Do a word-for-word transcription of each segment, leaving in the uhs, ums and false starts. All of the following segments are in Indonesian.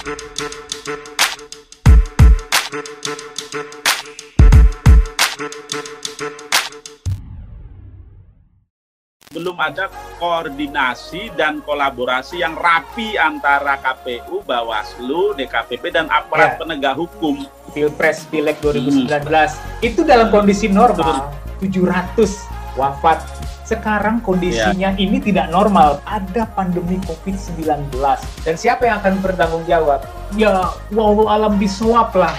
Belum ada koordinasi dan kolaborasi yang rapi antara K P U, Bawaslu, D K P P, dan aparat ya. penegak hukum. Pilpres, Pileg dua ribu sembilan belas, hmm. itu dalam kondisi normal, tujuh ratus wafat. Sekarang kondisinya ya. ini tidak normal, ada pandemi covid sembilan belas. Dan siapa yang akan bertanggung jawab? Ya, wallahu alam bisawab lah.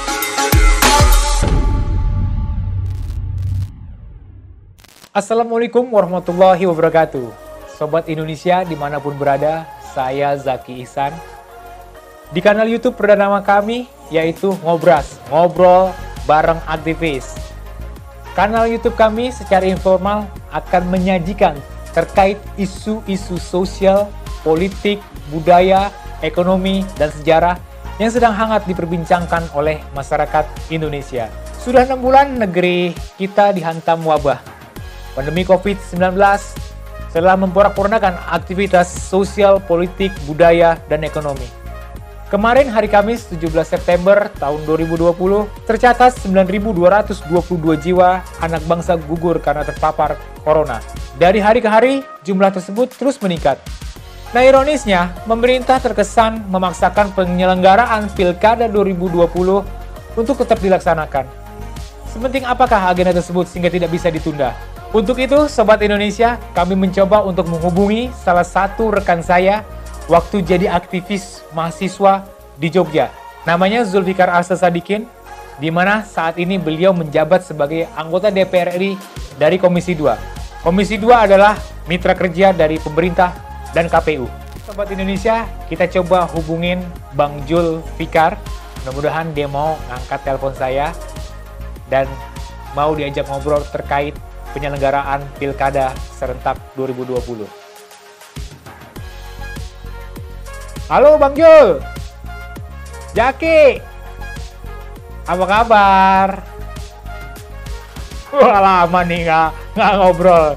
Assalamualaikum warahmatullahi wabarakatuh. Sobat Indonesia dimanapun berada, saya Zaki Ihsan. Di kanal YouTube perdana kami, yaitu Ngobras, Ngobrol Bareng Aktivis. Kanal YouTube kami secara informal akan menyajikan terkait isu-isu sosial, politik, budaya, ekonomi, dan sejarah yang sedang hangat diperbincangkan oleh masyarakat Indonesia. Sudah enam bulan negeri kita dihantam wabah. Pandemi covid sembilan belas telah memporak-porandakan aktivitas sosial, politik, budaya, dan ekonomi. Kemarin hari Kamis tujuh belas September tahun dua ribu dua puluh tercatat sembilan ribu dua ratus dua puluh dua jiwa anak bangsa gugur karena terpapar corona. Dari hari ke hari, jumlah tersebut terus meningkat. Nah, ironisnya, pemerintah terkesan memaksakan penyelenggaraan Pilkada dua ribu dua puluh untuk tetap dilaksanakan. Sepenting apakah agenda tersebut sehingga tidak bisa ditunda? Untuk itu, Sobat Indonesia, kami mencoba untuk menghubungi salah satu rekan saya waktu jadi aktivis mahasiswa di Jogja. Namanya Zulfikar Arsa-Sadikin, di mana saat ini beliau menjabat sebagai anggota D P R R I dari Komisi dua. Komisi dua adalah mitra kerja dari pemerintah dan K P U. Sobat Indonesia, kita coba hubungin Bang Zulfikar. Mudah-mudahan dia mau ngangkat telepon saya dan mau diajak ngobrol terkait penyelenggaraan Pilkada serentak dua ribu dua puluh. Halo Bang Jul, Jaki, apa kabar? Wah, lama nih nggak nggak ngobrol.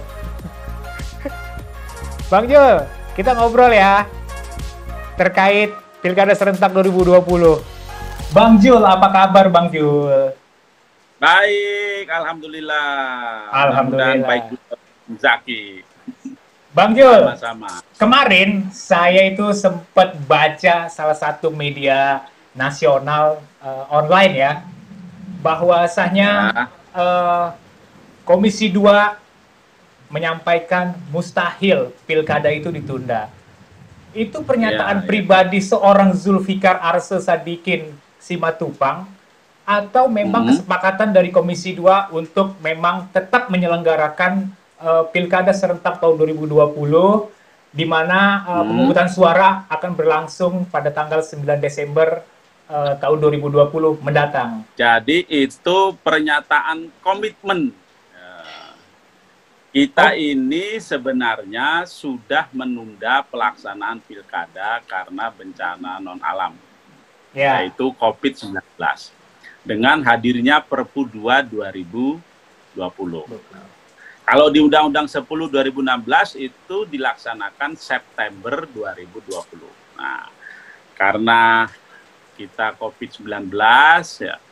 Bang Jul, kita ngobrol ya terkait Pilkada serentak dua ribu dua puluh. Bang Jul, apa kabar Bang Jul? Baik, alhamdulillah. Alhamdulillah. Baik, Zaki. Bang Jul, sama-sama. Kemarin saya itu sempat baca salah satu media nasional uh, online ya, bahwasanya ya. uh, Komisi dua menyampaikan mustahil Pilkada itu ditunda. Itu pernyataan ya, pribadi ya. seorang Zulfikar Arsa-Sadikin Simatupang, atau memang hmm. kesepakatan dari Komisi dua untuk memang tetap menyelenggarakan Uh, Pilkada serentak tahun dua ribu dua puluh, di mana uh, hmm. pemungutan suara akan berlangsung pada tanggal sembilan Desember uh, tahun dua ribu dua puluh mendatang. Jadi itu pernyataan komitmen. Uh, kita oh. ini sebenarnya sudah menunda pelaksanaan Pilkada karena bencana non-alam, yeah. yaitu covid sembilan belas. Dengan hadirnya Perpu dua dua ribu dua puluh. Betul. Kalau di Undang-Undang sepuluh dua ribu enam belas itu dilaksanakan September dua ribu dua puluh. Nah, karena kita covid sembilan belas ya,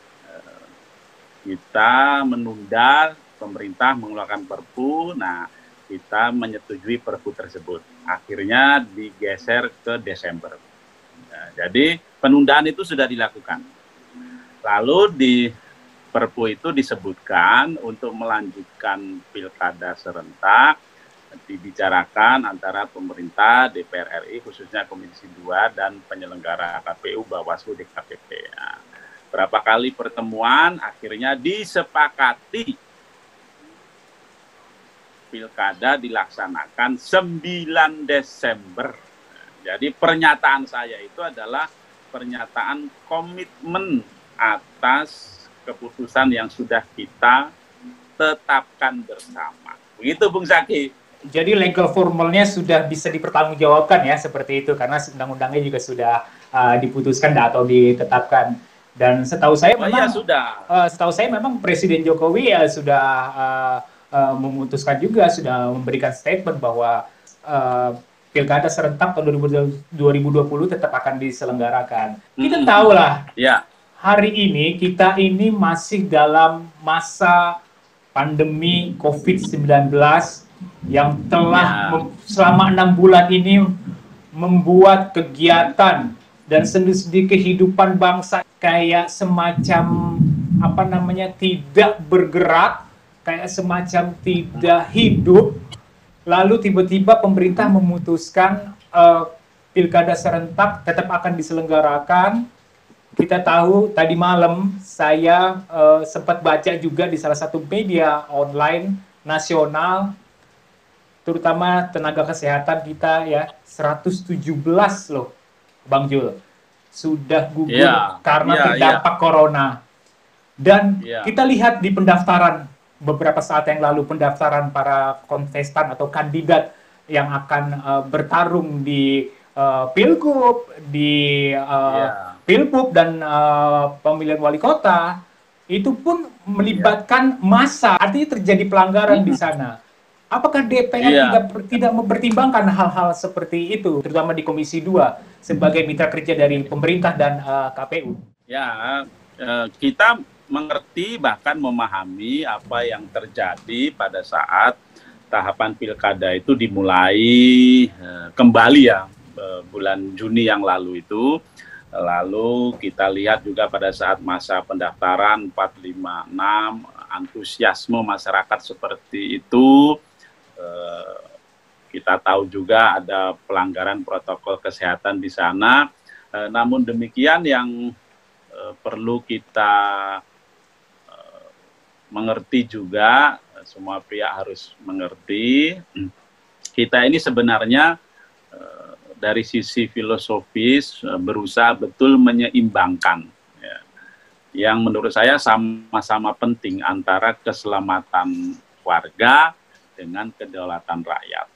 kita menunda, pemerintah mengeluarkan Perpu, nah kita menyetujui Perpu tersebut. Akhirnya digeser ke Desember. Nah, jadi penundaan itu sudah dilakukan. Lalu di Perpu itu disebutkan untuk melanjutkan Pilkada serentak dibicarakan antara pemerintah, D P R R I, khususnya Komisi dua, dan penyelenggara K P U, Bawaslu, D K P P. Nah, berapa kali pertemuan, akhirnya disepakati Pilkada dilaksanakan sembilan Desember. Jadi pernyataan saya itu adalah pernyataan komitmen atas keputusan yang sudah kita tetapkan bersama. Begitu Bung Zaki. Jadi legal formalnya sudah bisa dipertanggungjawabkan ya, seperti itu, karena undang-undangnya juga sudah uh, diputuskan atau ditetapkan. Dan setahu saya oh, memang iya, sudah. Uh, setahu saya memang Presiden Jokowi ya sudah uh, uh, memutuskan juga, sudah memberikan statement bahwa uh, Pilkada serentak tahun dua ribu dua puluh tetap akan diselenggarakan. Kita tahu lah, ya. hari ini kita ini masih dalam masa pandemi covid sembilan belas yang telah ya. selama enam bulan ini membuat kegiatan dan sendi-sendi kehidupan bangsa kayak semacam apa namanya tidak bergerak, kayak semacam tidak hidup. Lalu tiba-tiba pemerintah memutuskan uh, pilkada serentak tetap akan diselenggarakan. Kita tahu tadi malam saya uh, sempat baca juga di salah satu media online nasional, terutama tenaga kesehatan kita ya, seratus tujuh belas loh, Bang Jul, sudah gugur ya, karena ya, terdampak ya. corona. Dan ya. kita lihat di pendaftaran beberapa saat yang lalu, pendaftaran para kontestan atau kandidat yang akan uh, bertarung di uh, Pilgub, di uh, yeah. Pilbub dan uh, pemilihan wali kota, itu pun melibatkan yeah. massa, artinya terjadi pelanggaran mm-hmm. di sana. Apakah D P R yeah. tidak tidak mempertimbangkan hal-hal seperti itu, terutama di Komisi dua sebagai mitra kerja dari pemerintah dan uh, K P U? Ya, uh, kita mengerti bahkan memahami apa yang terjadi pada saat tahapan pilkada itu dimulai uh, kembali ya uh, bulan Juni yang lalu itu. Lalu kita lihat juga pada saat masa pendaftaran empat lima enam, antusiasme masyarakat seperti itu. Uh, kita tahu juga ada pelanggaran protokol kesehatan di sana. Uh, namun demikian yang uh, perlu kita uh, mengerti juga, semua pihak harus mengerti, kita ini sebenarnya uh, dari sisi filosofis uh, berusaha betul menyeimbangkan, ya, yang menurut saya sama-sama penting antara keselamatan warga dengan kedaulatan rakyat.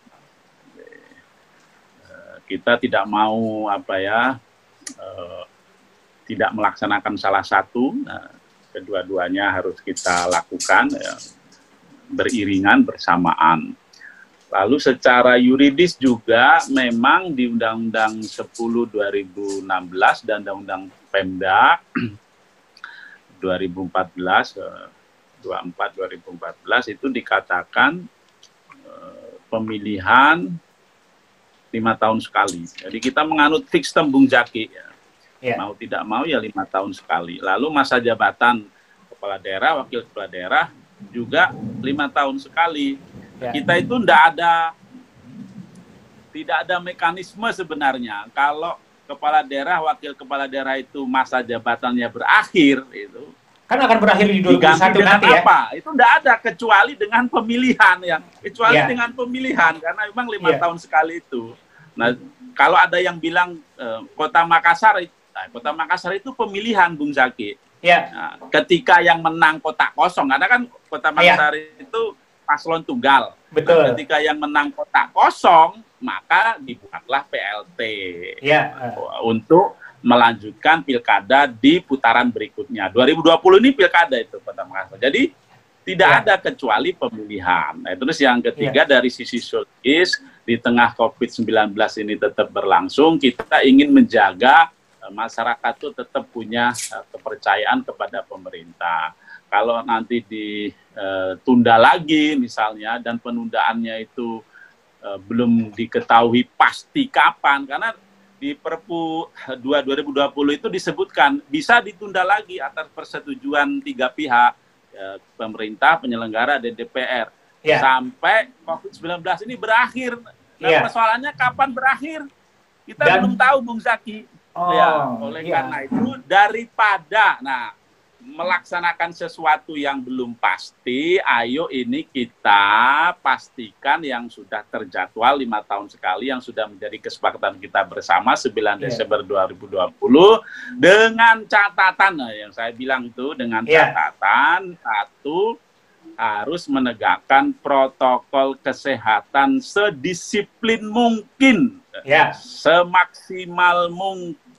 Uh, kita tidak mau apa ya, uh, tidak melaksanakan salah satu, nah, kedua-duanya harus kita lakukan ya, beriringan bersamaan. Lalu secara yuridis juga memang di Undang-Undang sepuluh dua ribu enam belas dan Undang-Undang Pemda dua ribu empat belas dua puluh empat dua ribu empat belas itu dikatakan eh, pemilihan lima tahun sekali. Jadi kita menganut fix tembung jaki ya. Yeah. Mau tidak mau ya lima tahun sekali. Lalu masa jabatan kepala daerah, wakil kepala daerah juga lima tahun sekali. Ya. Kita itu tidak ada tidak ada mekanisme sebenarnya kalau kepala daerah, wakil kepala daerah itu masa jabatannya berakhir itu kan akan berakhir di dua ribu dua puluh satu nanti ya. Apa? Itu tidak ada kecuali dengan pemilihan ya, kecuali ya. dengan pemilihan karena memang lima ya. tahun sekali itu. Nah kalau ada yang bilang eh, Kota Makassar, nah, Kota Makassar itu pemilihan, Bung Zaki. Ya. Nah, ketika yang menang kotak kosong, karena kan Kota Makassar ya. itu paslon tunggal. Betul. Nah, ketika yang menang kotak kosong, maka dibuatlah P L T ya. untuk melanjutkan pilkada di putaran berikutnya. dua ribu dua puluh ini pilkada itu Kota Makassar. Jadi tidak ya. ada kecuali pemilihan. Nah, terus yang ketiga ya. dari sisi sosiologis, di tengah covid sembilan belas ini tetap berlangsung, kita ingin menjaga masyarakat itu tetap punya uh, kepercayaan kepada pemerintah. Kalau nanti ditunda uh, lagi misalnya dan penundaannya itu uh, belum diketahui pasti kapan, karena di Perpu dua dua ribu dua puluh itu disebutkan bisa ditunda lagi atas persetujuan tiga pihak, uh, pemerintah, penyelenggara, dan D P R yeah. sampai covid sembilan belas ini berakhir. Nah yeah. persoalannya kapan berakhir? Kita dan... belum tahu, Bung Zaki. Oh, ya, oleh iya. karena itu daripada nah melaksanakan sesuatu yang belum pasti, ayo ini kita pastikan yang sudah terjadwal lima tahun sekali, yang sudah menjadi kesepakatan kita bersama sembilan Desember dua ribu dua puluh dengan catatan, nah, yang saya bilang itu dengan yeah. catatan satu, harus menegakkan protokol kesehatan sedisiplin mungkin, yeah. semaksimal mungkin.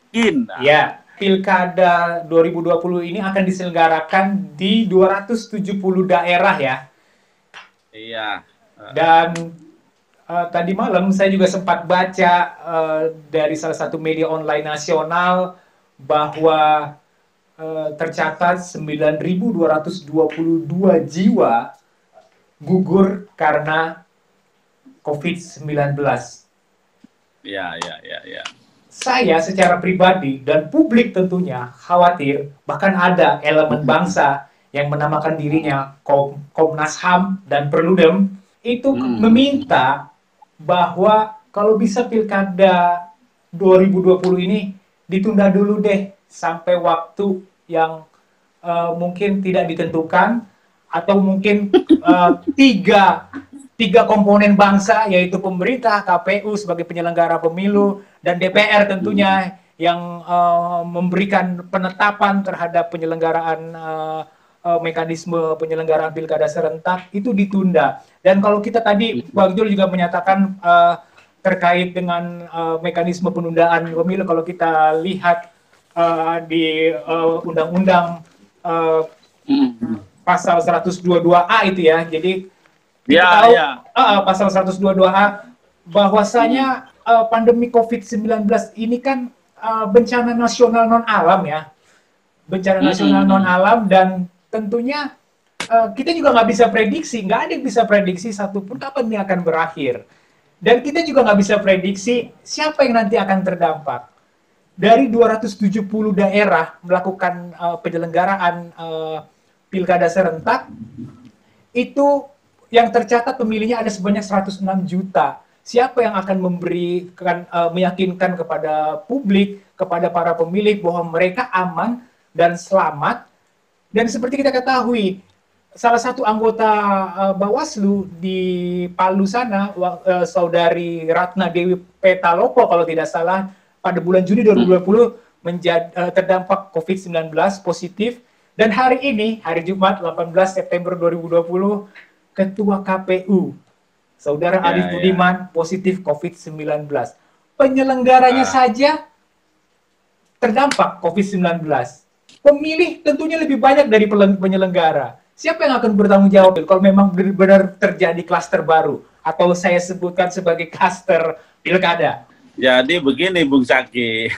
Ya, pilkada dua ribu dua puluh ini akan diselenggarakan di dua ratus tujuh puluh daerah ya. Iya. Dan uh, tadi malam saya juga sempat baca uh, dari salah satu media online nasional bahwa uh, tercatat sembilan ribu dua ratus dua puluh dua jiwa gugur karena covid sembilan belas. Ya, ya, ya, ya. Saya secara pribadi dan publik tentunya khawatir, bahkan ada elemen bangsa yang menamakan dirinya Kom Komnas H A M dan Perludem itu Hmm. meminta bahwa kalau bisa pilkada dua ribu dua puluh ini ditunda dulu deh sampai waktu yang uh, mungkin tidak ditentukan, atau mungkin uh, tiga tiga komponen bangsa, yaitu pemerintah, K P U sebagai penyelenggara pemilu, dan D P R tentunya yang uh, memberikan penetapan terhadap penyelenggaraan uh, uh, mekanisme penyelenggaraan pilkada serentak itu ditunda. Dan kalau kita tadi, Bang Jul juga menyatakan uh, terkait dengan uh, mekanisme penundaan pemilu, kalau kita lihat uh, di uh, undang-undang uh, pasal seratus dua puluh dua A itu ya, jadi kita Ya, tahu ya. uh, pasal seratus dua puluh dua A bahwasanya uh, pandemi covid sembilan belas ini kan uh, bencana nasional non alam ya, bencana nasional non alam, dan tentunya uh, kita juga nggak bisa prediksi, nggak ada yang bisa prediksi satupun kapan ini akan berakhir, dan kita juga nggak bisa prediksi siapa yang nanti akan terdampak. Dari dua ratus tujuh puluh daerah melakukan uh, penyelenggaraan uh, pilkada serentak, itu yang tercatat pemilihnya ada sebanyak seratus enam juta. Siapa yang akan memberikan, uh, meyakinkan kepada publik, kepada para pemilih bahwa mereka aman dan selamat? Dan seperti kita ketahui, salah satu anggota uh, Bawaslu di Palu sana, uh, saudari Ratna Dewi Petalopo kalau tidak salah, pada bulan Juni dua ribu dua puluh menjadi uh, terdampak covid sembilan belas positif. Dan hari ini, hari Jumat delapan belas September dua ribu dua puluh, Ketua K P U, Saudara Ya, Arief ya. Budiman, positif covid sembilan belas. Penyelenggaranya Ah. saja terdampak covid sembilan belas. Pemilih tentunya lebih banyak dari penyelenggara. Siapa yang akan bertanggung jawab kalau memang benar-benar terjadi klaster baru, atau saya sebutkan sebagai klaster pilkada? Jadi begini, Bung Zaki.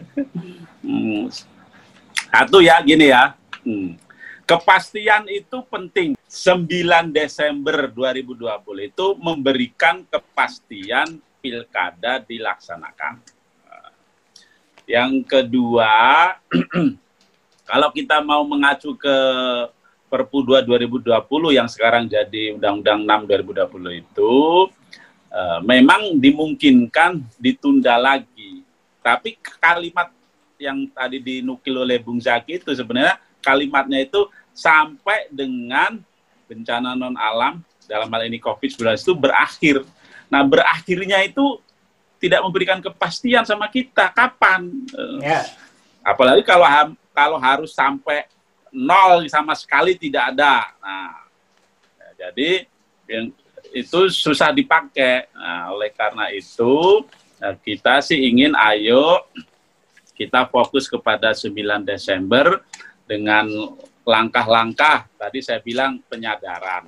hmm. Satu ya, gini ya. Hmm. Kepastian itu penting. sembilan Desember dua ribu dua puluh itu memberikan kepastian pilkada dilaksanakan. Yang kedua, kalau kita mau mengacu ke Perpu dua dua ribu dua puluh yang sekarang jadi Undang-Undang enam dua ribu dua puluh itu, uh, memang dimungkinkan ditunda lagi. Tapi kalimat yang tadi dinukil oleh Bung Zaki itu sebenarnya kalimatnya itu sampai dengan bencana non alam, dalam hal ini covid sembilan belas itu berakhir. Nah, berakhirnya itu tidak memberikan kepastian sama kita kapan. Ya. Apalagi kalau kalau harus sampai nol sama sekali tidak ada. Nah, jadi yang itu susah dipakai. Nah, oleh karena itu kita sih ingin ayo kita fokus kepada sembilan Desember dengan langkah-langkah, tadi saya bilang penyadaran.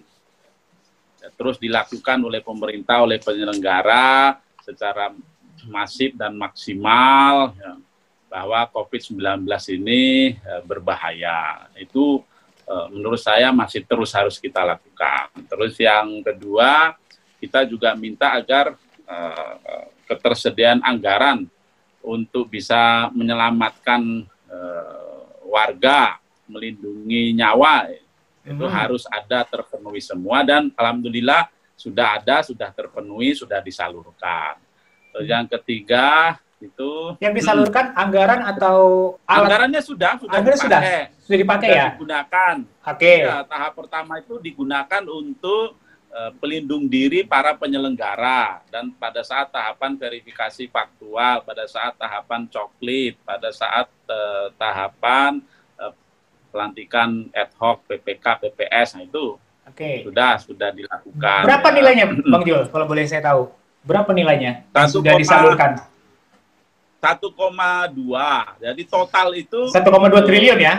Terus dilakukan oleh pemerintah, oleh penyelenggara secara masif dan maksimal, ya, bahwa covid sembilan belas ini ya, berbahaya. Itu eh, menurut saya masih terus harus kita lakukan. Terus yang kedua, kita juga minta agar eh, ketersediaan anggaran untuk bisa menyelamatkan uh, warga, melindungi nyawa, itu hmm. harus ada terpenuhi semua, dan alhamdulillah sudah ada, sudah terpenuhi, sudah disalurkan. Terus yang ketiga itu yang disalurkan hmm. anggaran atau alat? Anggarannya sudah sudah anggaran dipakai, sudah sudah dipakai sudah ya, digunakan. Oke. Okay. Ya, tahap pertama itu digunakan untuk pelindung diri para penyelenggara, dan pada saat tahapan verifikasi faktual, pada saat tahapan coklit, pada saat uh, tahapan uh, pelantikan ad hoc P P K P P S, nah itu okay. sudah sudah dilakukan. Berapa ya. nilainya, Bang Jul, kalau boleh saya tahu? Berapa nilainya yang sudah disalurkan? satu koma dua. Jadi total itu satu koma dua triliun ya.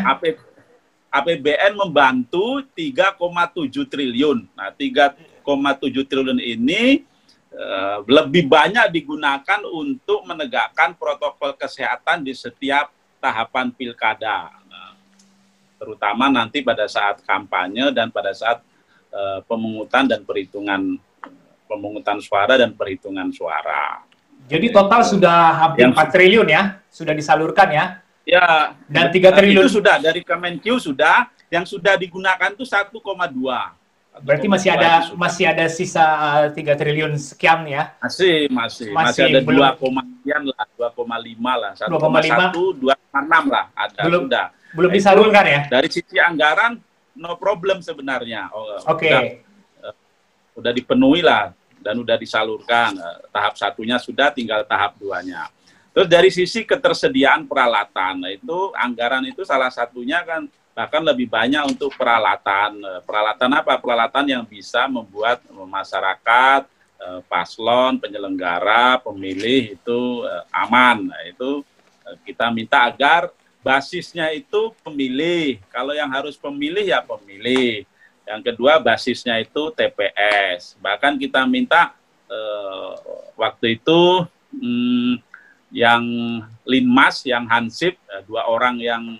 A P B N membantu tiga koma tujuh triliun. Nah, tiga koma tujuh triliun ini uh, lebih banyak digunakan untuk menegakkan protokol kesehatan di setiap tahapan pilkada, nah, terutama nanti pada saat kampanye dan pada saat uh, pemungutan dan perhitungan pemungutan suara dan perhitungan suara. Jadi total itu sudah hampir yang empat triliun ya, sudah disalurkan ya? Ya, dan tiga triliun itu sudah dari Kemenkeu sudah, yang sudah digunakan itu satu koma dua. Berarti masih ada masih ada sisa uh, tiga triliun sekian ya? Masih, masih, masih, masih ada dua koma sekian lah, dua koma lima lah, satu koma satu, dua koma enam lah, ada belum, sudah. Belum disalurkan ya? Dari sisi anggaran no problem sebenarnya. Oh, Oke. Okay. Udah, uh, udah dipenuhi lah dan udah disalurkan. Uh, tahap satunya sudah, tinggal tahap duanya. Terus dari sisi ketersediaan peralatan, nah itu anggaran itu salah satunya kan bahkan lebih banyak untuk peralatan. Peralatan apa? Peralatan yang bisa membuat masyarakat, paslon, penyelenggara, pemilih itu aman. Nah, itu kita minta agar basisnya itu pemilih. Kalau yang harus pemilih ya pemilih. Yang kedua basisnya itu T P S. Bahkan kita minta eh, waktu itu hmm, yang Linmas, yang Hansip, dua orang yang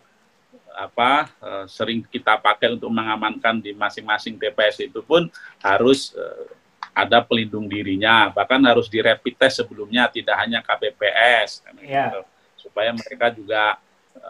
apa sering kita pakai untuk mengamankan di masing-masing T P S itu pun harus ada pelindung dirinya, bahkan harus di rapid test sebelumnya, tidak hanya K P P S, yeah. gitu, supaya mereka juga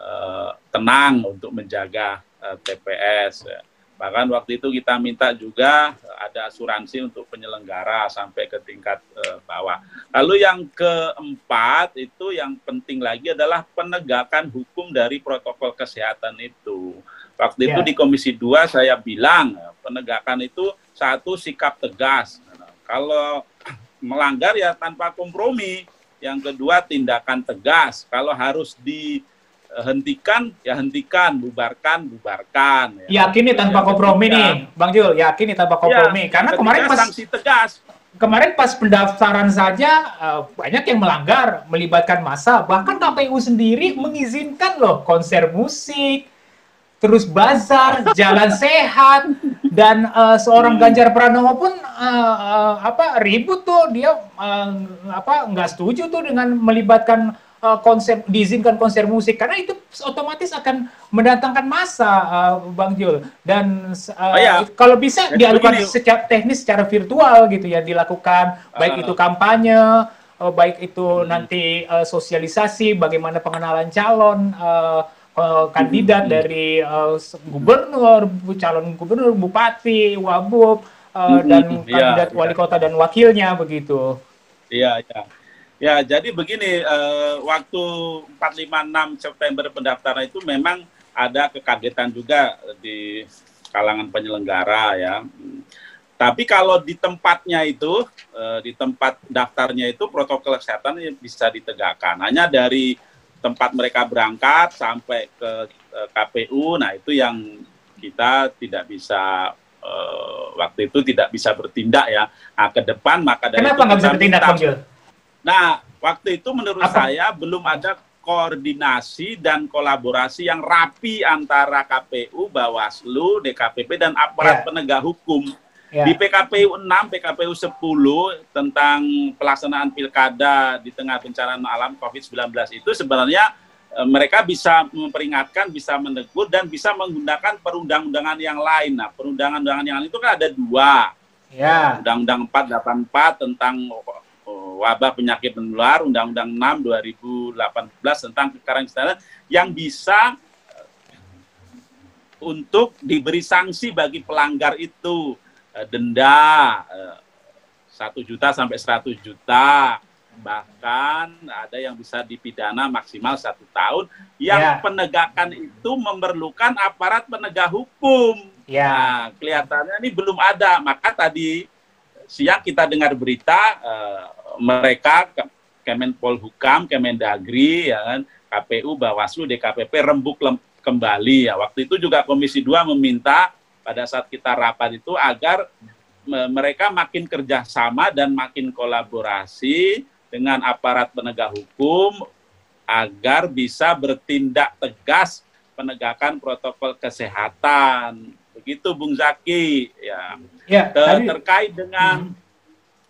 uh, tenang untuk menjaga uh, T P S. Bahkan waktu itu kita minta juga ada asuransi untuk penyelenggara sampai ke tingkat uh, bawah. Lalu yang keempat itu yang penting lagi adalah penegakan hukum dari protokol kesehatan itu. Waktu yeah. itu di Komisi dua saya bilang penegakan itu satu sikap tegas. Kalau melanggar ya tanpa kompromi. Yang kedua tindakan tegas. Kalau harus di hentikan, ya hentikan, bubarkan, bubarkan. Ya. Yakin nih tanpa kompromi nih, Bang Jul, yakin nih tanpa kompromi. Ya, karena kemarin pas sanksi tegas. Kemarin pas pendaftaran saja uh, banyak yang melanggar, melibatkan massa. Bahkan K P U sendiri mengizinkan loh konser musik, terus bazar, jalan sehat, dan uh, seorang Ganjar Pranowo pun uh, uh, apa ribut tuh dia uh, apa nggak setuju tuh dengan melibatkan Uh, konser diizinkan konser musik karena itu otomatis akan mendatangkan massa, uh, Bang Jul, dan uh, oh, ya. kalau bisa ya, dilakukan secara teknis, secara virtual gitu ya dilakukan, uh, baik itu kampanye, uh, baik itu hmm. nanti uh, sosialisasi, bagaimana pengenalan calon uh, uh, kandidat hmm. dari uh, gubernur, calon gubernur, bupati, wabub, uh, hmm. dan kandidat ya, wali ya. kota dan wakilnya begitu. Iya, ya. Ya, jadi begini, eh, waktu empat lima enam September pendaftaran itu memang ada kekagetan juga di kalangan penyelenggara ya. Tapi kalau di tempatnya itu, eh, di tempat daftarnya itu protokol kesehatan bisa ditegakkan. Hanya dari tempat mereka berangkat sampai ke eh, K P U, nah itu yang kita tidak bisa eh, waktu itu tidak bisa bertindak ya. Nah, ke depan maka dari Kenapa nggak bisa bertindak, Bang Jul? Nah, waktu itu menurut Apa? saya belum ada koordinasi dan kolaborasi yang rapi antara K P U, Bawaslu, D K P P, dan aparat yeah. penegak hukum. Yeah. Di P K P U enam, P K P U sepuluh tentang pelaksanaan pilkada di tengah bencana alam COVID sembilan belas itu sebenarnya e, mereka bisa memperingatkan, bisa menegur, dan bisa menggunakan perundang-undangan yang lain. Nah, perundang-undangan yang lain itu kan ada dua. Yeah. Undang-Undang empat delapan empat tentang wabah penyakit menular, Undang-Undang enam dua ribu delapan belas tentang kekarantinaan yang bisa untuk diberi sanksi bagi pelanggar itu, denda satu juta sampai seratus juta, bahkan ada yang bisa dipidana maksimal satu tahun. Yang yeah. penegakan itu memerlukan aparat penegak hukum. Yeah. Nah, kelihatannya ini belum ada. Maka tadi siang kita dengar berita uh, mereka Kemenpolhukam, Kemendagri, ya kan, K P U, Bawaslu, D K P P rembuk kembali. Ya, waktu itu juga Komisi dua meminta pada saat kita rapat itu agar me mereka makin kerjasama dan makin kolaborasi dengan aparat penegak hukum agar bisa bertindak tegas penegakan protokol kesehatan. Begitu, Bung Zaki. Ya, ya Ter tadi... terkait dengan hmm.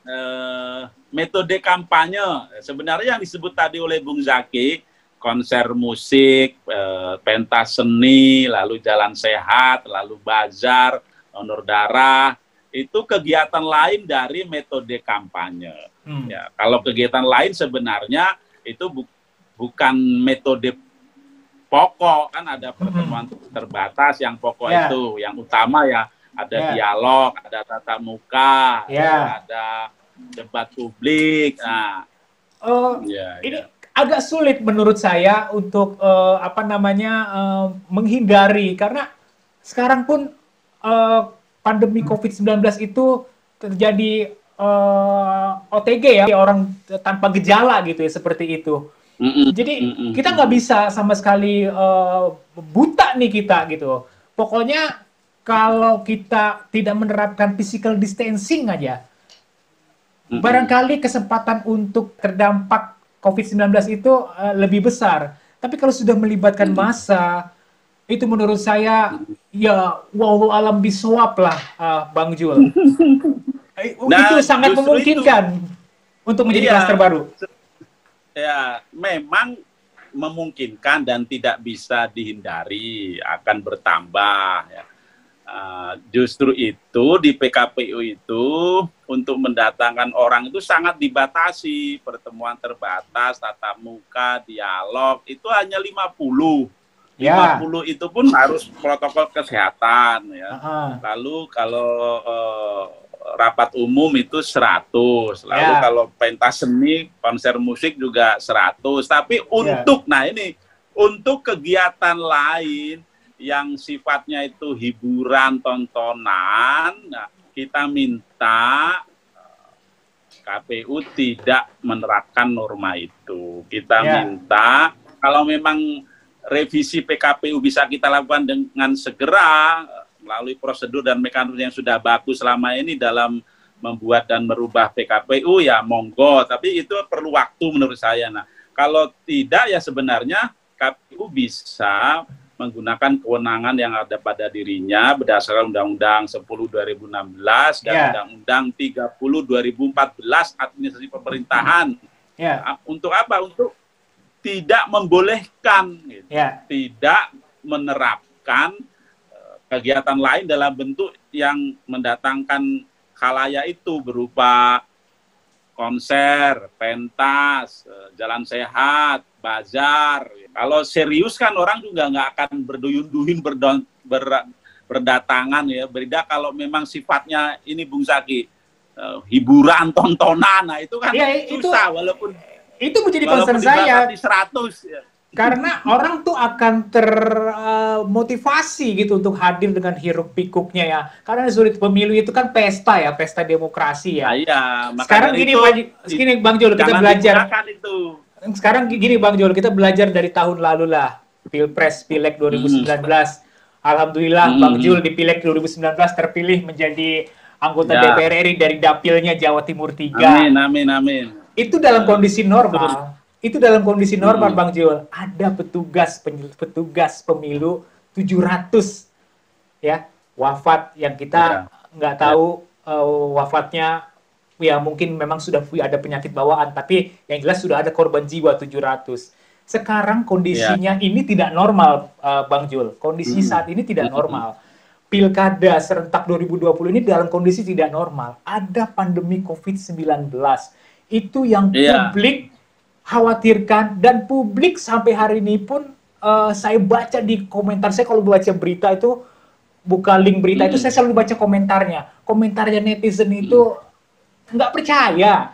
eh, metode kampanye. Sebenarnya yang disebut tadi oleh Bung Zaki, konser musik, eh, pentas seni, lalu jalan sehat, lalu bazar, donor darah, itu kegiatan lain dari metode kampanye. Hmm. Ya, kalau kegiatan lain sebenarnya itu bu bukan metode pokok, kan ada pertemuan hmm. terbatas yang pokok yeah. itu, yang utama ya ada yeah. dialog, ada tatap muka, yeah. ada debat publik. Nah, uh, ya, ini ya. agak sulit menurut saya untuk uh, apa namanya uh, menghindari, karena sekarang pun uh, pandemi covid sembilan belas itu terjadi uh, O T G ya, orang tanpa gejala gitu ya, seperti itu. Mm-mm. Jadi Mm-mm. kita nggak bisa sama sekali uh, buta nih kita gitu. Pokoknya kalau kita tidak menerapkan physical distancing aja, Mm-mm. barangkali kesempatan untuk terdampak covid sembilan belas itu uh, lebih besar. Tapi kalau sudah melibatkan massa, itu menurut saya ya wallahu alam bisawab lah, uh, Bang Jul. Nah, itu sangat memungkinkan itu. Untuk menjadi klaster iya. baru. Ya, memang memungkinkan dan tidak bisa dihindari akan bertambah. Ya. Uh, justru itu di P K P U itu untuk mendatangkan orang itu sangat dibatasi, pertemuan terbatas, tatap muka, dialog itu hanya lima puluh. Ya. lima puluh itu pun harus protokol kesehatan. Ya. Uh-huh. Lalu kalau uh, rapat umum itu seratus, lalu yeah. kalau pentas seni, konser musik juga seratus. Tapi untuk, yeah. nah ini, untuk kegiatan lain yang sifatnya itu hiburan, tontonan, nah, kita minta K P U tidak menerapkan norma itu. Kita yeah. minta, kalau memang revisi P K P U bisa kita lakukan dengan segera, melalui prosedur dan mekanisme yang sudah bagus selama ini dalam membuat dan merubah P K P U, ya monggo. Tapi itu perlu waktu menurut saya. Nah, kalau tidak ya sebenarnya K P U bisa menggunakan kewenangan yang ada pada dirinya berdasarkan Undang-Undang sepuluh dua ribu enam belas dan yeah. Undang-Undang tiga puluh dua ribu empat belas Administrasi Pemerintahan. Yeah. Untuk apa? Untuk tidak membolehkan, gitu. yeah. tidak menerapkan kegiatan lain dalam bentuk yang mendatangkan khalayak itu berupa konser, pentas, jalan sehat, bazar. Kalau serius kan orang juga nggak akan berduyun-duyun berdon, ber, berdatangan ya. Beda kalau memang sifatnya ini Bung Zaki, uh, hiburan, tontonan, nah itu kan ya, susah itu, walaupun itu menjadi concern saya. seratus ya. Karena orang tuh akan termotivasi uh, gitu untuk hadir dengan hiruk pikuknya ya. Karena sulit pemilu itu kan pesta ya, pesta demokrasi ya. Nah, iya, sekarang gini, itu, gini Bang Jul, kita belajar. Itu. Sekarang gini Bang Jul, kita belajar dari tahun lalu lah. Pilpres, Pileg dua ribu sembilan belas. Hmm. Alhamdulillah hmm. Bang Jul di Pileg dua ribu sembilan belas terpilih menjadi anggota ya. D P R R I dari dapilnya Jawa Timur tiga. Amin, amin, amin. Itu dalam kondisi normal. Itu dalam kondisi normal, hmm. Bang Jul. Ada petugas petugas pemilu tujuh ratus ya wafat yang kita nggak ya. tahu ya. uh, wafatnya ya mungkin memang sudah ada penyakit bawaan, tapi yang jelas sudah ada korban jiwa tujuh ratus. Sekarang kondisinya ya. ini tidak normal, uh, Bang Jul. Kondisi hmm. saat ini tidak normal. Pilkada serentak dua ribu dua puluh ini dalam kondisi tidak normal. Ada pandemi covid sembilan belas. Itu yang ya. publik khawatirkan, dan publik sampai hari ini pun uh, saya baca di komentar saya, kalau baca berita itu buka link berita hmm. itu saya selalu baca komentarnya komentarnya netizen itu nggak percaya,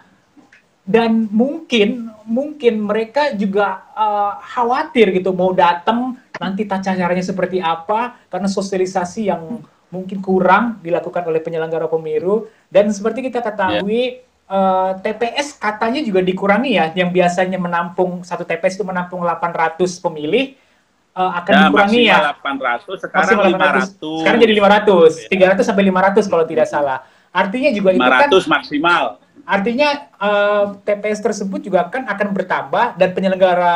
dan mungkin mungkin mereka juga uh, khawatir gitu mau datang nanti tata caranya seperti apa, karena sosialisasi yang mungkin kurang dilakukan oleh penyelenggara pemilu. Dan seperti kita ketahui yeah. Uh, T P S katanya juga dikurangi ya, yang biasanya menampung satu T P S itu menampung delapan ratus pemilih uh, akan ya, dikurangi ya. delapan ratus, sekarang lima ratus. Sekarang jadi lima ratus, tiga ratus sampai lima ratus kalau tidak salah. Artinya juga itu kan lima ratus maksimal. Artinya uh, T P S tersebut juga kan akan bertambah, dan penyelenggara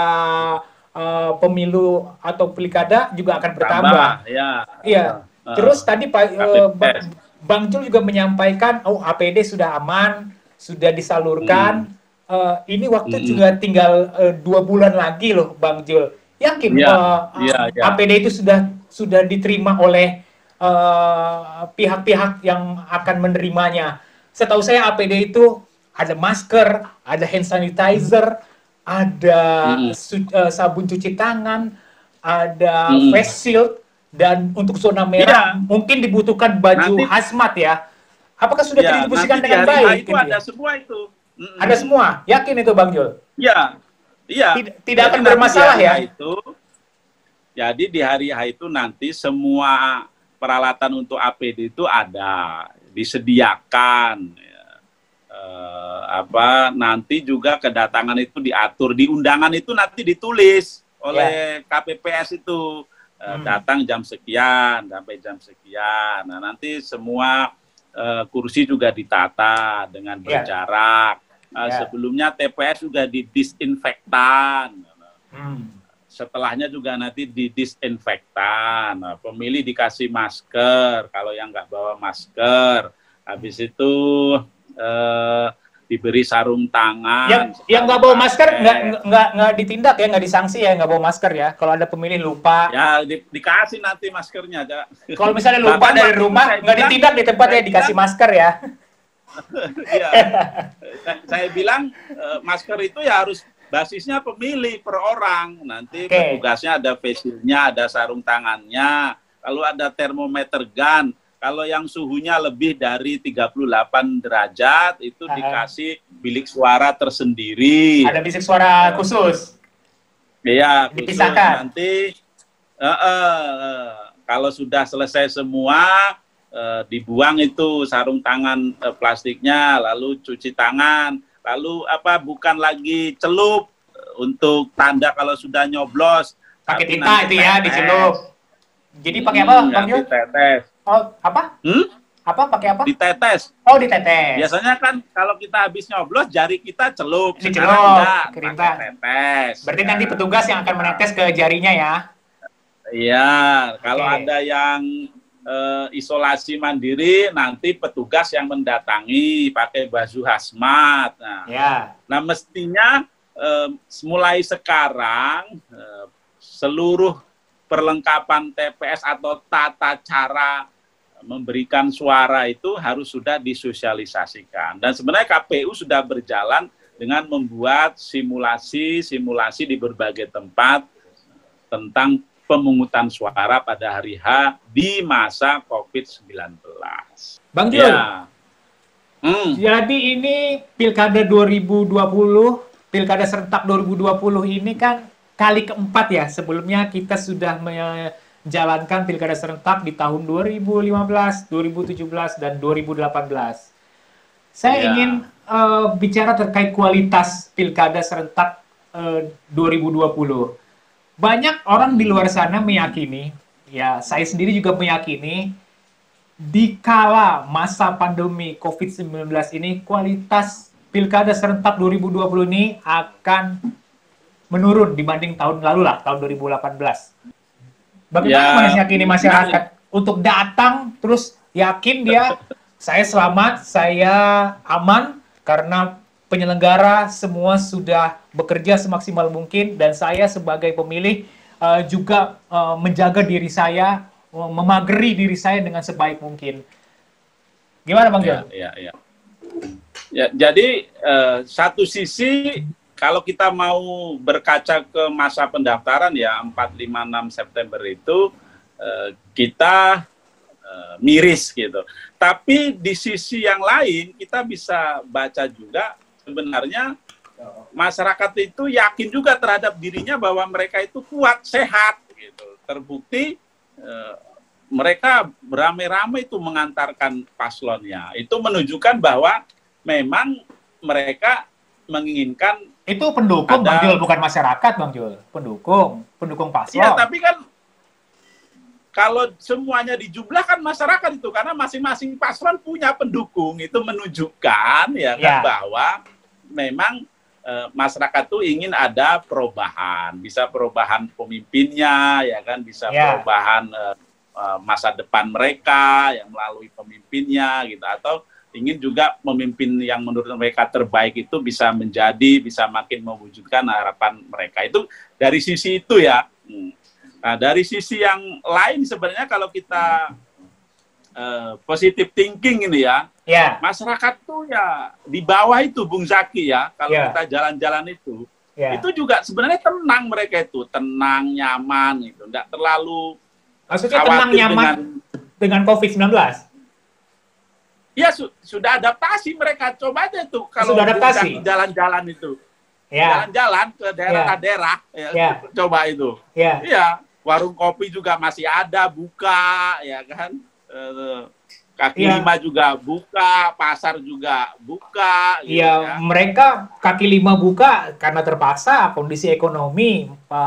uh, pemilu atau pilkada juga akan bertambah. Tambah, ya. Iya. Uh, Terus tadi Pak uh, Bang Jul juga menyampaikan, oh A P D sudah aman. sudah disalurkan. Hmm. Uh, ini waktu hmm. juga tinggal uh, dua bulan lagi loh, Bang Jul. Yakin ya, uh, ya, ya. A P D itu sudah sudah diterima oleh pihak-pihak uh, yang akan menerimanya. Setahu saya A P D itu ada masker, ada hand sanitizer, ada hmm. su- uh, sabun cuci tangan, ada hmm. face shield, dan untuk zona merah ya. Mungkin dibutuhkan baju nanti, hazmat ya. Apakah sudah ya, didistribusikan dengan baik? Itu gitu ada ya? Semua itu. Mm-mm. Ada semua, yakin itu Bang Jul? Iya, iya. Tidak, tidak akan bermasalah ya? Itu, jadi di hari H itu nanti semua peralatan untuk A P D itu ada, disediakan. Ya. Eh, apa nanti juga kedatangan itu diatur, di undangan itu nanti ditulis oleh ya. K P P S itu eh, hmm. datang jam sekian sampai jam sekian. Nah nanti semua eh, kursi juga ditata dengan berjarak. Ya. Uh, yeah. Sebelumnya T P S juga didisinfektan, hmm. setelahnya juga nanti didisinfektan. Nah, pemilih dikasih masker, kalau yang nggak bawa masker, habis itu uh, diberi sarung tangan. Yang yang nggak bawa masker nggak nggak nggak ditindak ya, nggak disanksi ya, nggak bawa masker ya. Kalau ada pemilih lupa. Ya di, dikasih nanti maskernya. Kalau misalnya lupa dari rumah nggak ditindak di tempatnya, dikasih masker ya. Ya, saya bilang uh, masker itu ya harus basisnya pemilih per orang. Nanti okay. petugasnya ada face shield-nya, ada sarung tangannya. Kalau ada termometer gun, kalau yang suhunya lebih dari tiga puluh delapan derajat itu uh-huh. dikasih bilik suara tersendiri. Ada bilik suara uh, khusus. Iya, dipisahkan. Nanti uh, uh, uh, kalau sudah selesai semua, Uh, dibuang itu sarung tangan uh, plastiknya, lalu cuci tangan, lalu apa bukan lagi celup uh, untuk tanda kalau sudah nyoblos. Pakai tinta itu ya, dicelup. Jadi pakai apa, hmm, Bang Jul? Ditetes. Oh, apa? Hmm? Apa? Pakai apa? Ditetes. Oh, ditetes. Biasanya kan kalau kita habis nyoblos jari kita celup. Dicelup. Pakai tetes. Berarti ya. Nanti petugas yang akan menetes ke jarinya ya? Iya. Kalau okay. ada yang Uh, isolasi mandiri, nanti petugas yang mendatangi pakai baju hazmat. Nah, ya. nah mestinya uh, mulai sekarang uh, seluruh perlengkapan T P S atau tata cara memberikan suara itu harus sudah disosialisasikan. Dan sebenarnya K P U sudah berjalan dengan membuat simulasi-simulasi di berbagai tempat tentang pemungutan suara pada hari H di masa covid sembilan belas. Bang Jul, ya. hmm. jadi ini Pilkada dua ribu dua puluh, Pilkada serentak dua ribu dua puluh ini kan kali keempat ya. Sebelumnya kita sudah menjalankan Pilkada serentak di tahun dua ribu lima belas, dua ribu tujuh belas, dan dua ribu delapan belas. Saya ya. ingin uh, bicara terkait kualitas Pilkada serentak uh, dua ribu dua puluh. Banyak orang di luar sana meyakini, ya saya sendiri juga meyakini, di kala masa pandemi covid sembilan belas ini, kualitas Pilkada serentak dua ribu dua puluh ini akan menurun dibanding tahun lalu lah, tahun dua ribu delapan belas. Bagaimana ya, meyakini masyarakat ya. untuk datang, terus yakin dia, saya selamat, saya aman, karena penyelenggara semua sudah bekerja semaksimal mungkin, dan saya sebagai pemilih uh, juga uh, menjaga diri saya, uh, memageri diri saya dengan sebaik mungkin. Gimana Bang Jul? Ya, ya, ya. ya jadi uh, satu sisi kalau kita mau berkaca ke masa pendaftaran ya empat, lima, enam September itu uh, kita uh, miris gitu. Tapi di sisi yang lain kita bisa baca juga sebenarnya masyarakat itu yakin juga terhadap dirinya bahwa mereka itu kuat, sehat, gitu. Terbukti eh, mereka beramai-ramai itu mengantarkan paslonnya. Itu menunjukkan bahwa memang mereka menginginkan itu pendukung, ada, Bang Jul, bukan masyarakat, Bang Jul. Pendukung, pendukung paslon. Iya, tapi kan kalau semuanya dijumlahkan masyarakat itu, karena masing-masing paslon punya pendukung, itu menunjukkan ya kan ya. bahwa memang e, masyarakat tuh ingin ada perubahan, bisa perubahan pemimpinnya, ya kan, bisa ya. perubahan e, e, masa depan mereka yang melalui pemimpinnya, gitu, atau ingin juga memimpin yang menurut mereka terbaik itu bisa menjadi, bisa makin mewujudkan harapan mereka. Itu dari sisi itu ya. Nah, dari sisi yang lain sebenarnya kalau kita uh, positive thinking ini ya, yeah. masyarakat tuh ya di bawah itu Bung Zaki ya, kalau yeah. kita jalan-jalan itu, yeah. itu juga sebenarnya tenang mereka itu, tenang, nyaman gitu, nggak terlalu maksudnya tenang, nyaman dengan, dengan COVID sembilan belas? Ya su sudah adaptasi mereka, coba aja tuh kalau jalan-jalan itu, jalan-jalan ya. ke daerah-daerah, ya. ya. coba itu, iya, ya. warung kopi juga masih ada buka, ya kan, kaki ya. lima juga buka, pasar juga buka. Iya, gitu, ya. Mereka kaki lima buka karena terpaksa kondisi ekonomi,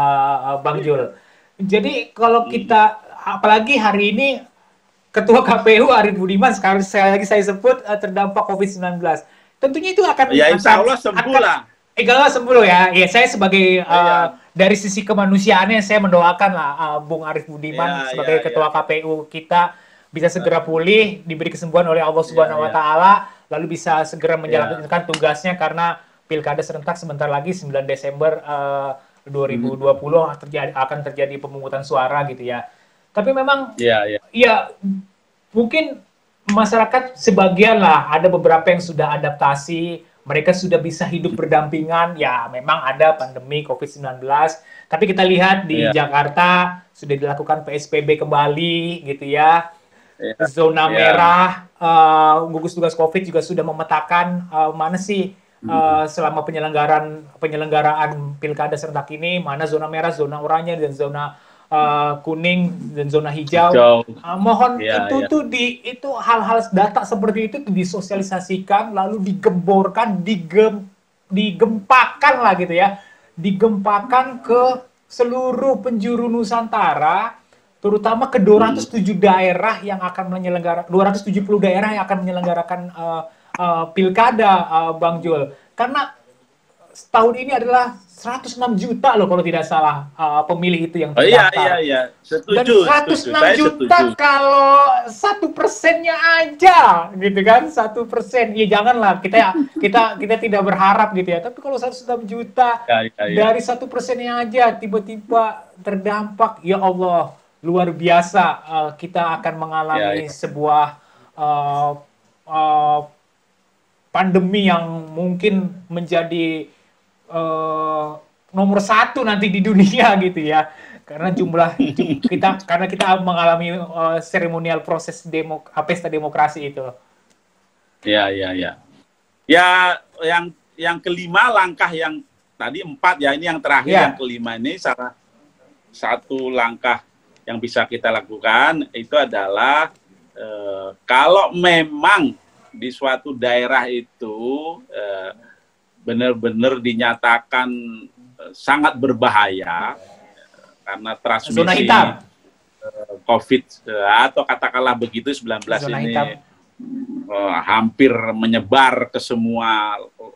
Pak Bang Jul. Jadi kalau kita, apalagi hari ini Ketua K P U Arief Budiman sekarang sekali lagi saya sebut uh, terdampak COVID sembilan belas. Tentunya itu akan ya insya Allah sembuh lah. Insya Allah sembuh ya. Ya saya sebagai uh, ya. dari sisi kemanusiaannya saya mendoakan lah uh, Bung Arief Budiman ya, sebagai ya, Ketua ya. K P U kita bisa segera pulih, diberi kesembuhan oleh Allah Subhanahu Wa Taala, lalu bisa segera menjalankan ya. tugasnya karena pilkada serentak sebentar lagi sembilan Desember uh, dua ribu dua puluh hmm. terjadi, akan terjadi pemungutan suara gitu ya. Tapi memang, ya, ya. ya mungkin masyarakat sebagian lah, ada beberapa yang sudah adaptasi, mereka sudah bisa hidup berdampingan, ya memang ada pandemi COVID sembilan belas, tapi kita lihat di ya. Jakarta sudah dilakukan P S B B kembali, gitu ya. ya. Zona ya. merah, uh, gugus tugas COVID juga sudah memetakan uh, mana sih uh, selama penyelenggaraan penyelenggaraan pilkada serentak ini, mana zona merah, zona oranye, dan zona Uh, kuning dan zona hijau. hijau. Uh, mohon ya, itu ya. tuh di itu hal-hal data seperti itu disosialisasikan lalu digemborkan, digem, digempakan lah gitu ya, digempakan ke seluruh penjuru Nusantara, terutama ke dua ratus tujuh hmm. daerah yang akan menyelenggarakan dua ratus tujuh puluh daerah yang akan menyelenggarakan uh, uh, pilkada, uh, Bang Jul. Karena tahun ini adalah seratus enam juta loh kalau tidak salah uh, pemilih itu yang terdaftar. Oh, iya, iya, iya. Setuju, dan seratus enam setuju. juta setuju. Kalau satu persennya aja, gitu kan, satu persen. Ya janganlah kita kita kita tidak berharap gitu ya. Tapi kalau seratus enam juta ya, ya, ya. dari satu persennya aja tiba-tiba terdampak, ya Allah, luar biasa. Uh, kita akan mengalami ya, ya. sebuah uh, uh, pandemi yang mungkin menjadi Uh, nomor satu nanti di dunia gitu ya, karena jumlah kita karena kita mengalami uh, seremonial proses demo pesta demokrasi itu. Ya ya ya. Ya yang yang kelima langkah yang tadi empat ya, ini yang terakhir ya. Yang kelima ini salah satu langkah yang bisa kita lakukan itu adalah uh, kalau memang di suatu daerah itu uh, benar-benar dinyatakan uh, sangat berbahaya uh, karena transmisi uh, COVID uh, atau katakanlah begitu sembilan belas Zona ini uh, hampir menyebar ke semua uh,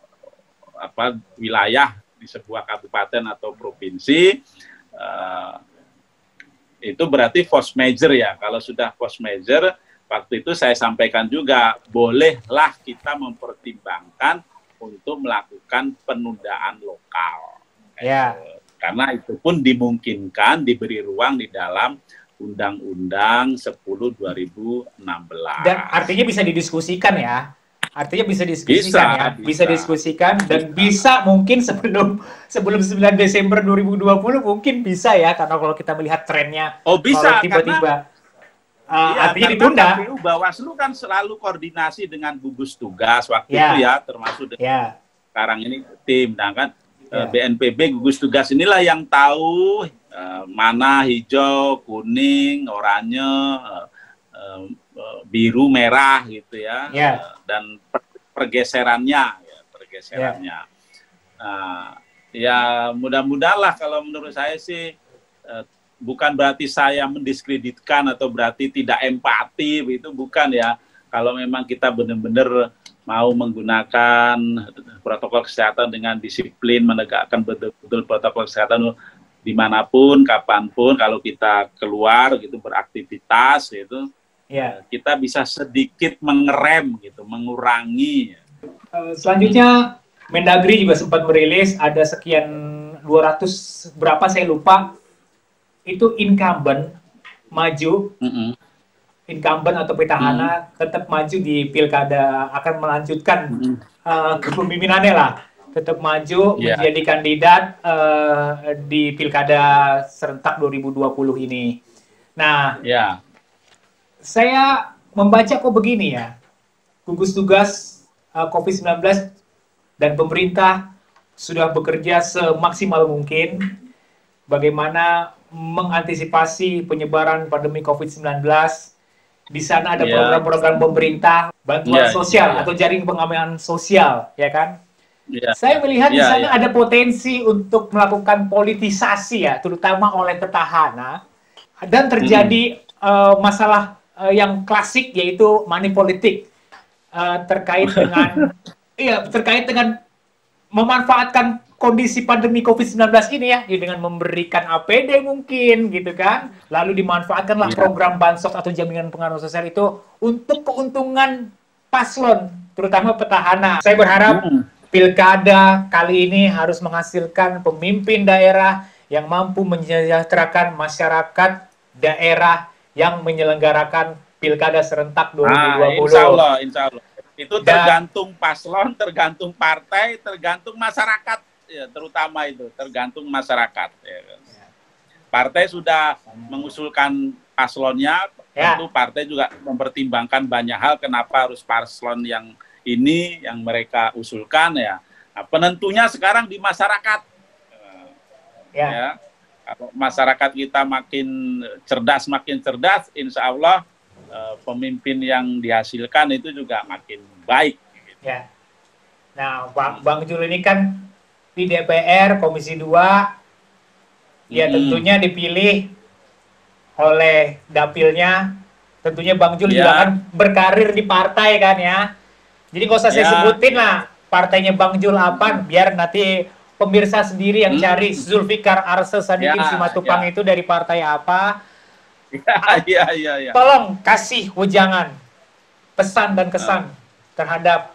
apa wilayah di sebuah kabupaten atau provinsi, uh, itu berarti force major ya. Kalau sudah force major, waktu itu saya sampaikan juga bolehlah kita mempertimbangkan untuk melakukan penundaan lokal. Ya. Karena itu pun dimungkinkan, diberi ruang di dalam Undang-Undang sepuluh dua ribu enam belas. Dan artinya bisa didiskusikan ya? Artinya bisa didiskusikan bisa, ya? Bisa, bisa diskusikan dan bisa. bisa mungkin sebelum sebelum sembilan Desember dua ribu dua puluh mungkin bisa ya, karena kalau kita melihat trennya. Oh bisa, tiba-tiba Uh, iya, artinya ditunda. K P U Bawaslu kan selalu koordinasi dengan gugus tugas waktu yeah. itu ya, termasuk dengan yeah. sekarang ini tim, nah kan yeah. uh, B N P B gugus tugas inilah yang tahu uh, mana hijau, kuning, oranye, uh, uh, uh, biru, merah gitu ya, yeah. uh, dan per pergeserannya, ya, pergeserannya. Yeah. Uh, ya mudah-mudahan lah, kalau menurut saya sih. Uh, Bukan berarti saya mendiskreditkan atau berarti tidak empati, itu bukan ya. Kalau memang kita benar-benar mau menggunakan protokol kesehatan dengan disiplin, menegakkan betul-betul protokol kesehatan dimanapun, kapanpun, kalau kita keluar gitu beraktivitas, itu Ya. kita bisa sedikit mengerem gitu, mengurangi. Uh, selanjutnya Mendagri juga sempat merilis ada sekian dua ratus berapa saya lupa itu incumbent maju, Mm-mm. incumbent atau petahana mm. tetap maju di pilkada, akan melanjutkan mm. uh, kepemimpinannya lah, tetap maju yeah. menjadi kandidat uh, di pilkada serentak dua ribu dua puluh ini. Nah, yeah. saya membaca kok begini ya, gugus tugas uh, covid sembilan belas dan pemerintah sudah bekerja semaksimal mungkin bagaimana mengantisipasi penyebaran pandemi covid sembilan belas. Di sana ada program-program yeah. pemerintah, bantuan yeah, sosial yeah, yeah. atau jaring pengaman sosial, ya kan? Yeah. Saya melihat yeah, di sana yeah. ada potensi untuk melakukan politisasi ya, terutama oleh petahana, dan terjadi mm. uh, masalah uh, yang klasik yaitu money politik uh, terkait dengan iya terkait dengan memanfaatkan kondisi pandemi covid sembilan belas ini ya, dengan memberikan A P D mungkin gitu kan, lalu dimanfaatkanlah yeah. program bansos atau jaminan pengaruh sosial itu untuk keuntungan paslon, terutama petahana. Saya berharap mm. pilkada kali ini harus menghasilkan pemimpin daerah yang mampu mensejahterakan masyarakat daerah yang menyelenggarakan pilkada serentak dua ribu dua puluh. Ah, insya Allah, insya Allah. Itu tergantung paslon, tergantung partai, tergantung masyarakat. Ya, terutama itu tergantung masyarakat. Ya. Partai sudah mengusulkan paslonnya, ya. Tentu partai juga mempertimbangkan banyak hal kenapa harus paslon yang ini yang mereka usulkan ya. Nah, penentunya sekarang di masyarakat. Ya. Ya. Kalau masyarakat kita makin cerdas, makin cerdas, insya Allah eh, pemimpin yang dihasilkan itu juga makin baik. Gitu. Ya. Nah, Bang, Bang Jul ini kan di D P R Komisi dua, ya hmm. tentunya dipilih oleh dapilnya, tentunya Bang Jul ya. juga kan berkarir di partai kan ya, jadi nggak usah ya. saya sebutin lah partainya Bang Jul apa, biar nanti pemirsa sendiri yang hmm. cari. Zulfikar Arse Sadikin ya, Simatupang ya. itu dari partai apa, ya, ya, ya, ya. Tolong kasih wejangan, pesan dan kesan uh. terhadap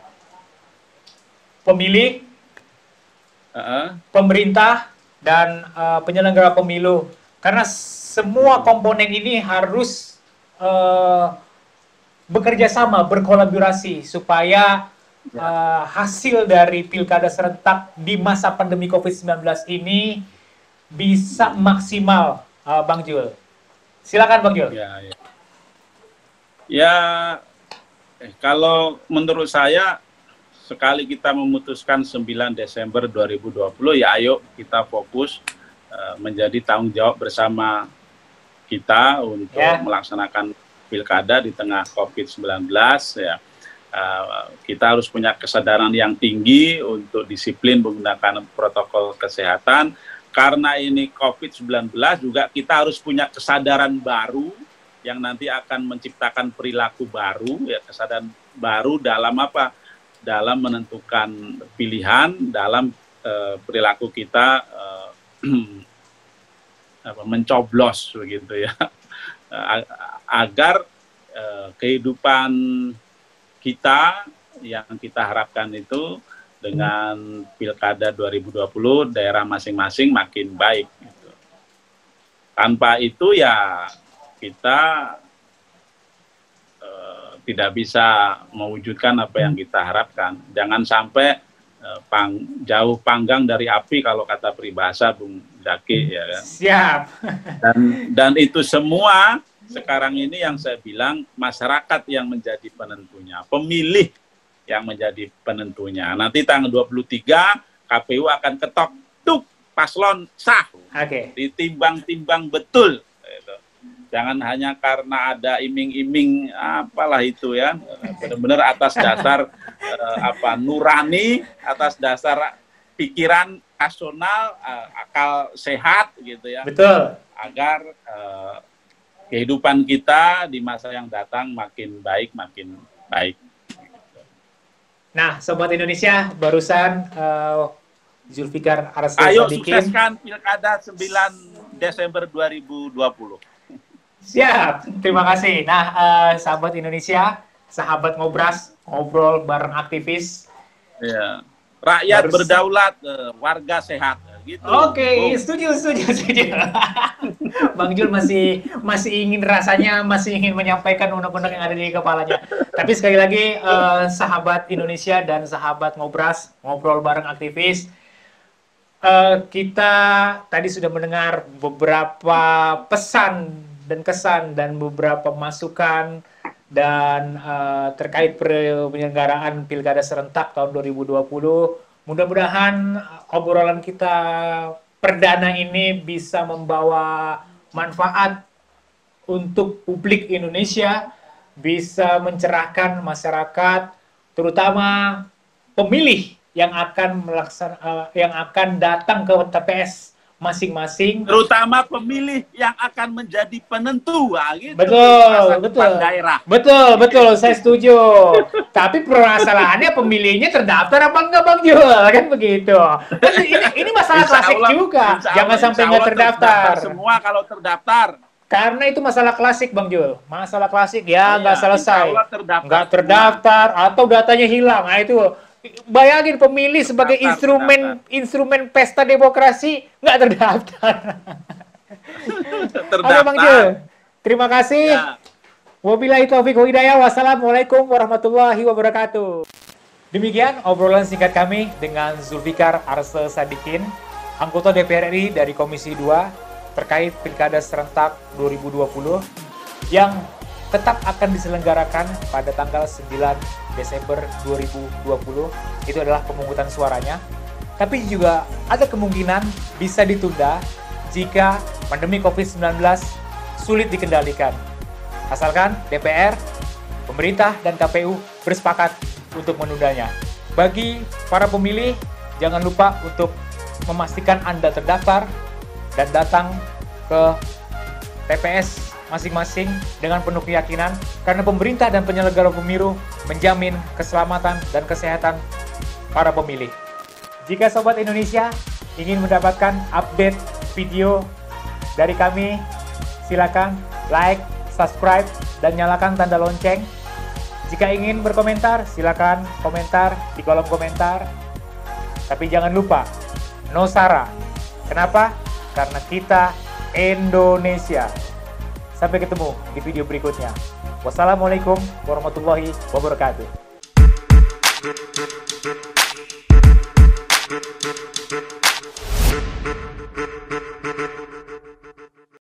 pemilih, Uh-huh. pemerintah dan uh, penyelenggara pemilu, karena semua komponen ini harus uh, bekerja sama, berkolaborasi supaya uh, hasil dari pilkada serentak di masa pandemi covid sembilan belas ini bisa maksimal. uh, Bang Jul, silakan Bang Jul. Ya, ya. ya eh, kalau menurut saya, sekali kita memutuskan sembilan Desember dua ribu dua puluh, ya ayo kita fokus uh, menjadi tanggung jawab bersama kita untuk yeah. melaksanakan pilkada di tengah covid sembilan belas. Ya. Uh, kita harus punya kesadaran yang tinggi untuk disiplin menggunakan protokol kesehatan. Karena ini covid sembilan belas juga kita harus punya kesadaran baru yang nanti akan menciptakan perilaku baru, ya kesadaran baru dalam apa? Dalam menentukan pilihan, dalam uh, perilaku kita uh, apa, mencoblos begitu ya, uh, agar uh, kehidupan kita yang kita harapkan itu dengan pilkada dua ribu dua puluh daerah masing-masing makin baik. Gitu. Tanpa itu ya kita tidak bisa mewujudkan apa yang kita harapkan. Jangan sampai uh, pang, jauh panggang dari api kalau kata peribahasa Bung Zaki, ya kan? Siap. Dan, dan itu semua sekarang ini yang saya bilang masyarakat yang menjadi penentunya, pemilih yang menjadi penentunya. Nanti tanggal dua puluh tiga K P U akan ketok, tuk paslon sah, okay. ditimbang-timbang betul. Jangan hanya karena ada iming-iming apalah itu ya, benar-benar atas dasar uh, apa nurani, atas dasar pikiran rasional, uh, akal sehat gitu ya. Betul. Agar uh, kehidupan kita di masa yang datang makin baik, makin baik. Nah, Sobat Indonesia, barusan uh, Zulfikar Arse Ayo Sadikin. sukseskan pilkada sembilan Desember dua ribu dua puluh. Siap, terima kasih. Nah, uh, sahabat Indonesia, sahabat Ngobras, ngobrol bareng aktivis. Ya. Rakyat Baru... berdaulat, warga sehat. Gitu. Oke, okay, oh. setuju, setuju, setuju. Bang Jul masih masih ingin rasanya masih ingin menyampaikan undang-undang yang ada di kepalanya. Tapi sekali lagi, uh, sahabat Indonesia dan sahabat Ngobras, ngobrol bareng aktivis. Uh, kita tadi sudah mendengar beberapa pesan dan kesan dan beberapa masukan dan uh, terkait penyelenggaraan Pilkada serentak tahun dua ribu dua puluh. Mudah-mudahan obrolan kita perdana ini bisa membawa manfaat untuk publik Indonesia, bisa mencerahkan masyarakat, terutama pemilih yang akan melaksana, uh, yang akan datang ke T P S masing-masing, terutama pemilih yang akan menjadi penentu, gitu. Betul, betul. Daerah. Betul, betul, saya setuju. Tapi permasalahannya pemilihnya terdaftar apa enggak, Bang Jul, kan begitu. Ini, ini masalah klasik Allah, juga. Jangan sampai nggak terdaftar. terdaftar. Semua kalau terdaftar. Karena itu masalah klasik, Bang Jul. Masalah klasik ya nggak iya, selesai. Nggak terdaftar semua. Atau datanya hilang. Nah itu. Bayangin pemilih sebagai terdaftar, instrumen terdaftar. instrumen pesta demokrasi nggak terdaftar. Terdaftar. Oke, Bang Jul. Terima kasih. Ya. Wabillahi taufiq wa hidayah. Wassalamualaikum warahmatullahi wabarakatuh. Demikian obrolan singkat kami dengan Zulfikar Arse Sadikin, anggota D P R R I dari Komisi dua terkait Pilkada serentak dua ribu dua puluh yang tetap akan diselenggarakan pada tanggal sembilan Desember dua ribu dua puluh. Itu adalah pemungutan suaranya. Tapi juga ada kemungkinan bisa ditunda jika pandemi covid sembilan belas sulit dikendalikan. Asalkan D P R, pemerintah, dan K P U bersepakat untuk menundanya. Bagi para pemilih, jangan lupa untuk memastikan Anda terdaftar dan datang ke T P S masing-masing dengan penuh keyakinan, karena pemerintah dan penyelenggara pemilu menjamin keselamatan dan kesehatan para pemilih. Jika Sobat Indonesia ingin mendapatkan update video dari kami, silakan like, subscribe, dan nyalakan tanda lonceng. Jika ingin berkomentar, silakan komentar di kolom komentar. Tapi jangan lupa, no sara. Kenapa? Karena kita Indonesia. Sampai ketemu di video berikutnya. Wassalamualaikum warahmatullahi wabarakatuh.